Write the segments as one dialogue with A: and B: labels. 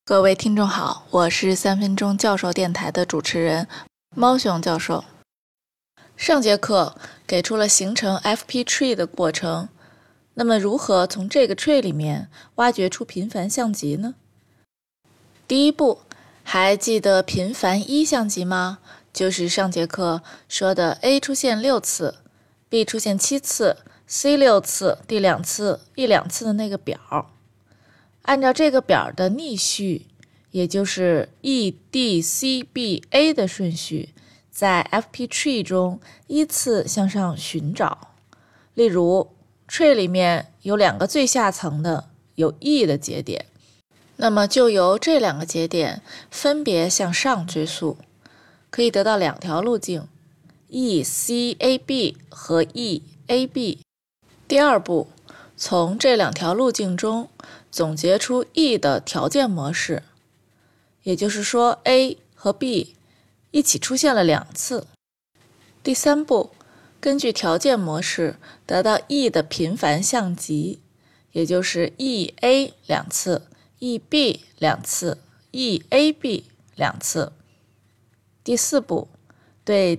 A: 各位听众好，我是3分钟教授电台的主持人猫熊教授。上节课给出了形成 FP tree 的过程，那么如何从这个 tree 里面挖掘出频繁项集呢？第一步，还记得频繁一项集吗？就是上节课说的 A 出现6次， B 出现7次， C 6次， D 2次， E 2次的那个表。按照这个表的逆序，也就是 E、D、C、B、A 的顺序，在 FP tree 中依次向上寻找。例如 tree 里面有2个最下层的有 E 的节点，那么就由这2个节点分别向上追溯，可以得到2条路径 ECAB 和 EAB。 第二步，从这2条路径中总结出 E 的条件模式，也就是说 A 和 B 一起出现了2次。第三步，根据条件模式得到 E 的频繁项集，也就是 EA 2次， EB 2次， EAB 2次。第四步，对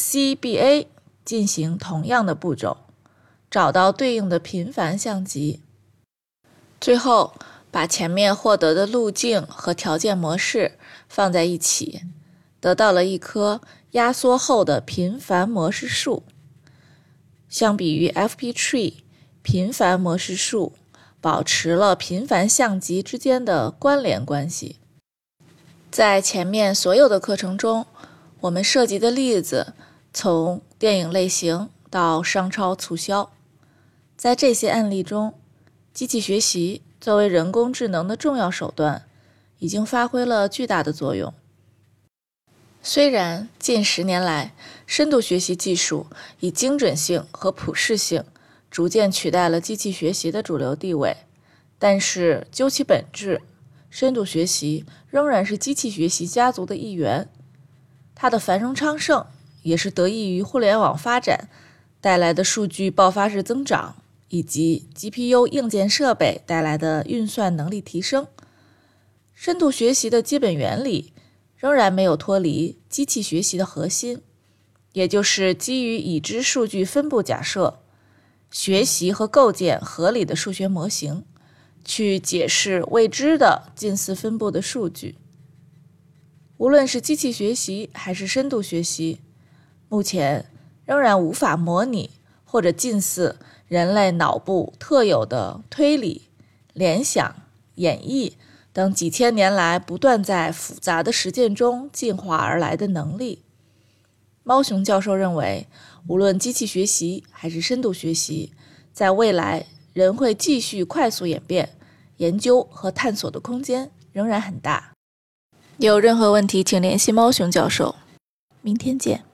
A: DCBA 进行同样的步骤，找到对应的频繁项集。最后把前面获得的路径和条件模式放在一起，得到了一棵压缩后的频繁模式树。相比于 FP tree， 频繁模式树保持了频繁项集之间的关联关系。在前面所有的课程中，我们涉及的例子从电影类型到商超促销，在这些案例中，机器学习作为人工智能的重要手段，已经发挥了巨大的作用。虽然近10年来，深度学习技术以精准性和普适性逐渐取代了机器学习的主流地位，但是究其本质，深度学习仍然是机器学习家族的一员。它的繁荣昌盛也是得益于互联网发展带来的数据爆发式增长，以及 GPU 硬件设备带来的运算能力提升。深度学习的基本原理仍然没有脱离机器学习的核心，也就是基于已知数据分布假设，学习和构建合理的数学模型，去解释未知的近似分布的数据。无论是机器学习还是深度学习，目前仍然无法模拟或者近似人类脑部特有的推理、联想、演绎等几千年来不断在复杂的实践中进化而来的能力。猫熊教授认为，无论机器学习还是深度学习，在未来人会继续快速演变，研究和探索的空间仍然很大。有任何问题请联系猫熊教授。明天见。